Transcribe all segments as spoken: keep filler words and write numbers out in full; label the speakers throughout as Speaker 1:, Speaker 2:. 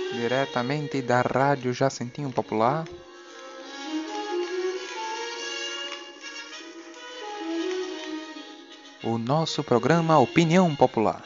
Speaker 1: Diretamente da Rádio Jacentinho Popular. O nosso programa Opinião Popular.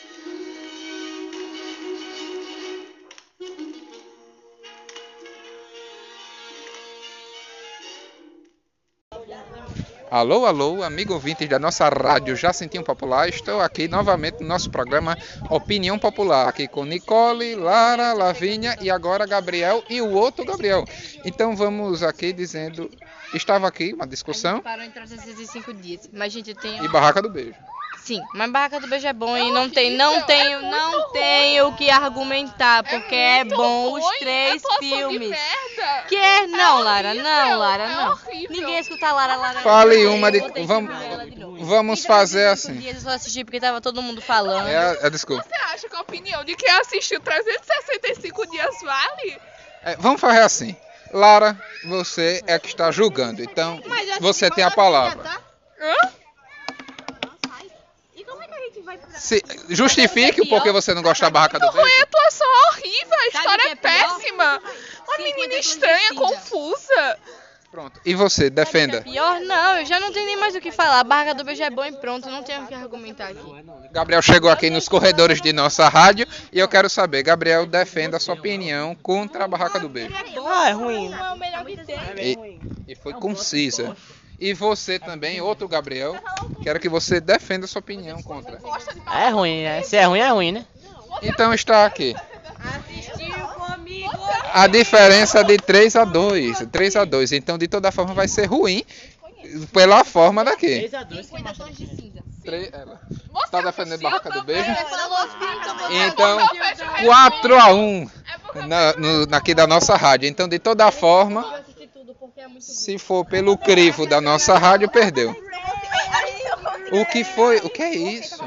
Speaker 1: Alô, alô, amigo ouvinte da nossa Rádio Jacentinho Popular. Estou aqui novamente no nosso programa Opinião Popular, aqui com Nicole, Lara, Lavínia e agora Gabriel e o outro Gabriel. Então vamos aqui dizendo... Estava aqui uma discussão.
Speaker 2: A gente parou em trezentos e cinco dias, mas gente tem...
Speaker 1: E Barraca do Beijo.
Speaker 2: Sim, mas Barraca do Beijo é bom e não tem, não tenho, não tenho o que argumentar, porque é bom os três filmes. Que é? Não, Lara, não, Lara, não. Ninguém escuta a Lara, Lara.
Speaker 1: Fale uma de... Vamos, vamos fazer assim.
Speaker 2: Eu só assisti porque tava todo mundo falando.
Speaker 1: É, é desculpa.
Speaker 3: Você acha que a opinião de quem assistiu trezentos e sessenta e cinco dias vale?
Speaker 1: É, vamos fazer assim. Lara, você é que está julgando, então você tem a palavra.
Speaker 3: Hã?
Speaker 1: Se, justifique o porquê você não gosta da Barraca do Beijo.
Speaker 3: A atuação é horrível, a história é péssima. Uma menina estranha, confusa.
Speaker 1: Pronto. E você, defenda.
Speaker 2: Pior não, eu já não tenho nem mais o que falar. A Barraca do Beijo é bom e pronto, não tenho o que argumentar aqui.
Speaker 1: Gabriel chegou aqui nos corredores de nossa rádio e eu quero saber, Gabriel, defenda a sua opinião contra a Barraca do Beijo.
Speaker 4: Ah, é ruim.
Speaker 2: Não é o melhor que tem.
Speaker 1: E, e foi concisa. E você também, outro Gabriel, quero que você defenda a sua opinião contra.
Speaker 4: É ruim, né? Se é ruim, é ruim, né?
Speaker 1: Então está aqui.
Speaker 2: Assistiu comigo.
Speaker 1: A diferença de três a dois. três a dois. Então, de toda forma, vai ser ruim pela forma daqui.
Speaker 4: três a dois.
Speaker 2: cinquenta tons de cinza.
Speaker 1: três, ela está defendendo Barraca do Beijo.
Speaker 2: Então,
Speaker 1: Então, quatro a um na, no, aqui da nossa rádio. Então, de toda forma, se for pelo crivo da nossa rádio, perdeu. O que foi? O que é isso?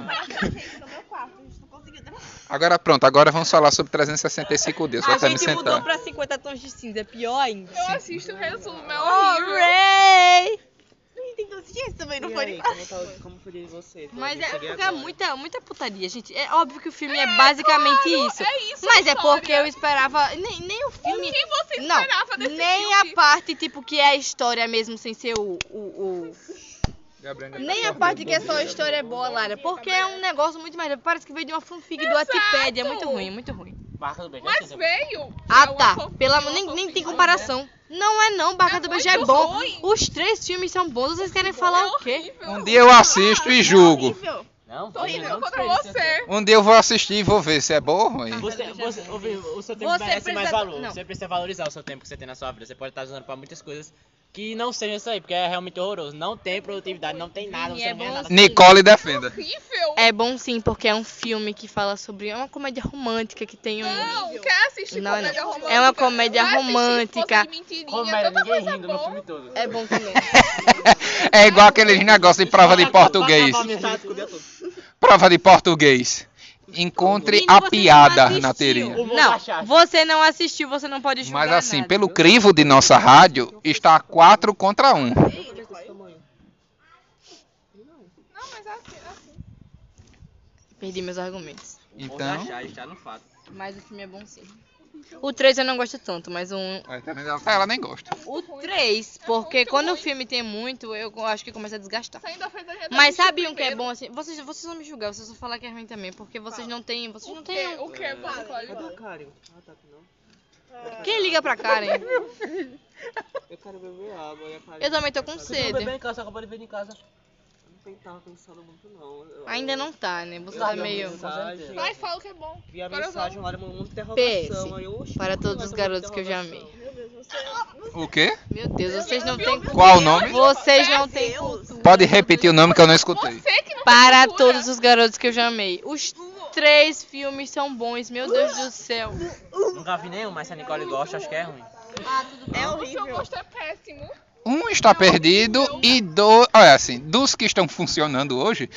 Speaker 1: Agora pronto, agora vamos falar sobre trezentos e sessenta e cinco dias. Vou
Speaker 2: a
Speaker 1: até me
Speaker 2: gente mudou
Speaker 1: sentar.
Speaker 2: pra cinquenta tons de cinza, é pior ainda.
Speaker 3: Eu assisto o resumo, é
Speaker 2: Oh,
Speaker 3: horrível.
Speaker 2: Ray!
Speaker 5: Tem que assistir esse também, não
Speaker 4: E
Speaker 5: foi?
Speaker 4: aí, como, tá, como foi de você?
Speaker 2: Mas é
Speaker 4: Cheguei
Speaker 2: porque é
Speaker 4: agora.
Speaker 2: muita, muita putaria, gente. É óbvio que o filme é basicamente isso.
Speaker 3: É isso,
Speaker 2: Mas é
Speaker 3: história.
Speaker 2: porque eu esperava. Nem, nem o
Speaker 3: O
Speaker 2: filme.
Speaker 3: que você
Speaker 2: Não,
Speaker 3: esperava desse
Speaker 2: nem
Speaker 3: filme?
Speaker 2: a parte, tipo, que é a história mesmo, sem ser o. o, o... Nem a parte que é só a história é boa, Lara. Porque é um negócio muito mais. Parece que veio de uma fanfic do Wattpad. É muito ruim, muito ruim.
Speaker 4: Barraca do Beijo.
Speaker 3: Mas
Speaker 4: assim,
Speaker 3: veio.
Speaker 2: Ah,
Speaker 3: É uma
Speaker 2: tá.
Speaker 3: fofinha,
Speaker 2: Pela,
Speaker 3: uma
Speaker 2: nem, nem
Speaker 3: fofinha.
Speaker 2: tem comparação. Não é não, Barraca
Speaker 3: É
Speaker 2: do Beijo é
Speaker 3: muito
Speaker 2: bom.
Speaker 3: ruim.
Speaker 2: Os três filmes são bons. Vocês querem falar o quê?
Speaker 1: Um dia eu assisto e julgo.
Speaker 4: Não,
Speaker 3: Tô
Speaker 4: você
Speaker 3: rindo
Speaker 4: não
Speaker 3: contra
Speaker 4: desperdiça.
Speaker 3: você.
Speaker 1: Um dia eu vou assistir e vou ver se é bom ou ruim.
Speaker 4: Você, você, o, o seu tempo
Speaker 2: Você
Speaker 4: merece
Speaker 2: precisa-
Speaker 4: mais valor.
Speaker 2: não.
Speaker 4: Você precisa valorizar o seu tempo que você tem na sua vida. Você pode estar usando pra muitas coisas que não sejam isso aí, porque é realmente horroroso. Não tem produtividade, não tem nada,
Speaker 2: Sim,
Speaker 4: você
Speaker 2: é
Speaker 4: não ganha
Speaker 2: bom
Speaker 4: nada.
Speaker 2: sim.
Speaker 1: Nicole defenda.
Speaker 3: Horrível.
Speaker 2: É bom sim, porque é um filme que fala sobre. É uma comédia romântica que tem um.
Speaker 3: Não, quer assistir
Speaker 2: Não,
Speaker 3: comédia
Speaker 2: não.
Speaker 3: romântica?
Speaker 2: É uma comédia
Speaker 3: Vai assistir
Speaker 2: romântica.
Speaker 3: Esposa de Mentirinha,
Speaker 4: Comédia,
Speaker 3: tanta
Speaker 4: ninguém
Speaker 3: coisa
Speaker 4: rindo no
Speaker 3: boa.
Speaker 4: filme todo.
Speaker 2: É bom também.
Speaker 1: É igual aqueles negócios de prova de português. Prova de português. Encontre
Speaker 2: Menino,
Speaker 1: a
Speaker 2: você
Speaker 1: piada
Speaker 2: não
Speaker 1: na
Speaker 2: assistiu.
Speaker 1: teoria.
Speaker 2: Não, você não assistiu, você não pode julgar
Speaker 1: Mas assim,
Speaker 2: nada.
Speaker 1: pelo crivo de nossa rádio, está quatro contra um.
Speaker 3: Não, mas é assim, é assim.
Speaker 2: Perdi meus argumentos.
Speaker 1: Então...
Speaker 4: está no fato.
Speaker 2: Mas o filme é bom sim. O três eu não gosto tanto, mas o um...
Speaker 1: Ela nem gosta.
Speaker 2: O três, porque quando o filme tem muito, eu acho que começa a desgastar.
Speaker 3: Saindo da frente da gente,
Speaker 2: Mas
Speaker 3: assistiu
Speaker 2: sabe um que é
Speaker 3: primeiro.
Speaker 2: bom assim? Vocês, vocês vão me julgar, vocês vão falar que é ruim também, porque vocês não têm, vocês não
Speaker 3: O quê?
Speaker 2: têm...
Speaker 3: O que é bom, Cláudio?
Speaker 4: Karen. Ah, tá aqui não.
Speaker 2: Quem liga pra Karen?
Speaker 4: Eu quero beber água e a Karen...
Speaker 2: Eu também tô com
Speaker 4: Eu
Speaker 2: sede.
Speaker 4: beber em casa, acabou de vir em casa. Eu não tava pensando muito não. Eu-
Speaker 2: Ainda não tá, né? Você
Speaker 4: eu
Speaker 2: tá
Speaker 4: vi a
Speaker 2: meio...
Speaker 4: mensagem,
Speaker 3: Vai, fala o que é bom.
Speaker 4: Vi a
Speaker 3: Agora eu
Speaker 4: mensagem
Speaker 3: vou.
Speaker 4: lá, uma interrogação.
Speaker 2: P S,
Speaker 4: aí eu, oxe,
Speaker 2: para
Speaker 4: por que
Speaker 2: todos
Speaker 4: vai
Speaker 2: os
Speaker 4: ter uma
Speaker 2: garotos que eu já
Speaker 4: interrogação?
Speaker 2: amei.
Speaker 5: Meu Deus, você...
Speaker 1: O quê?
Speaker 2: Meu Deus, vocês não têm...
Speaker 1: Qual o nome?
Speaker 2: Vocês não têm cultura.
Speaker 1: Pode repetir o nome que eu não escutei.
Speaker 3: Você que não
Speaker 2: Para
Speaker 3: tem cultura.
Speaker 2: todos os garotos que eu já amei. Os três filmes são bons, meu Deus do céu.
Speaker 4: Nunca vi nenhum, mas se a Nicole gosta, acho que é ruim.
Speaker 5: É
Speaker 3: O seu
Speaker 5: horrível.
Speaker 3: gosto é péssimo.
Speaker 1: Um está perdido e dois... Olha assim, dos que estão funcionando hoje...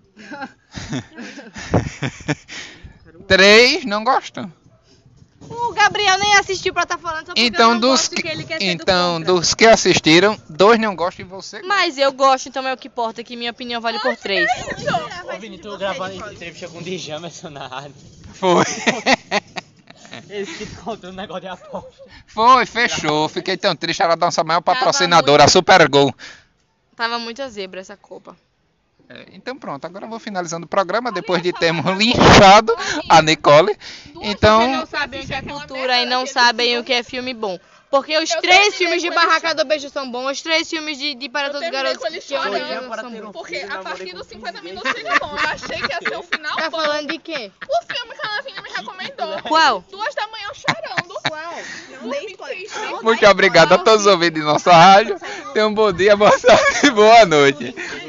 Speaker 1: Três não gostam.
Speaker 2: O Gabriel nem assistiu pra estar falando, só porque eu
Speaker 1: Então,
Speaker 2: não
Speaker 1: dos
Speaker 2: gosto
Speaker 1: que,
Speaker 2: que ele quer ser
Speaker 1: então
Speaker 2: do contra.
Speaker 1: dos que assistiram, dois não gostam e você gosta.
Speaker 2: Mas eu gosto, então é o que importa, que minha opinião vale por três.
Speaker 4: Ô, Vini, tu gravando entrevista com o D J Jamerson na rádio.
Speaker 1: Foi.
Speaker 4: Esse que conta um negócio de aposta.
Speaker 1: Foi, fechou. Fiquei tão triste. Era a nossa maior patrocinadora, a Supergol.
Speaker 2: Tava muita zebra essa Copa.
Speaker 1: É, então pronto, agora eu vou finalizando o programa depois de termos linchado a Nicole.
Speaker 2: Porque
Speaker 1: Então,
Speaker 2: não sabem o que é cultura e não sabem o que é filme bom. Porque os três filmes de Barraca do Beijo são bons, os três filmes de, de Para
Speaker 3: Eu
Speaker 2: Todos os
Speaker 3: terminei
Speaker 2: Garotos
Speaker 3: com ele
Speaker 2: que eu
Speaker 3: chorando,
Speaker 2: amo são bons.
Speaker 3: Porque a partir dos cinquenta minutos fica bom. Eu achei que ia ser o final
Speaker 2: Tá
Speaker 3: bom.
Speaker 2: falando de quê?
Speaker 3: O filme que a Lavinha me recomendou.
Speaker 2: Qual?
Speaker 3: Duas da manhã chorando.
Speaker 5: Qual? Não dei spoiler.
Speaker 1: muito obrigado a todos os ouvintes de nossa rádio. Tenham um bom dia, boa tarde e boa noite.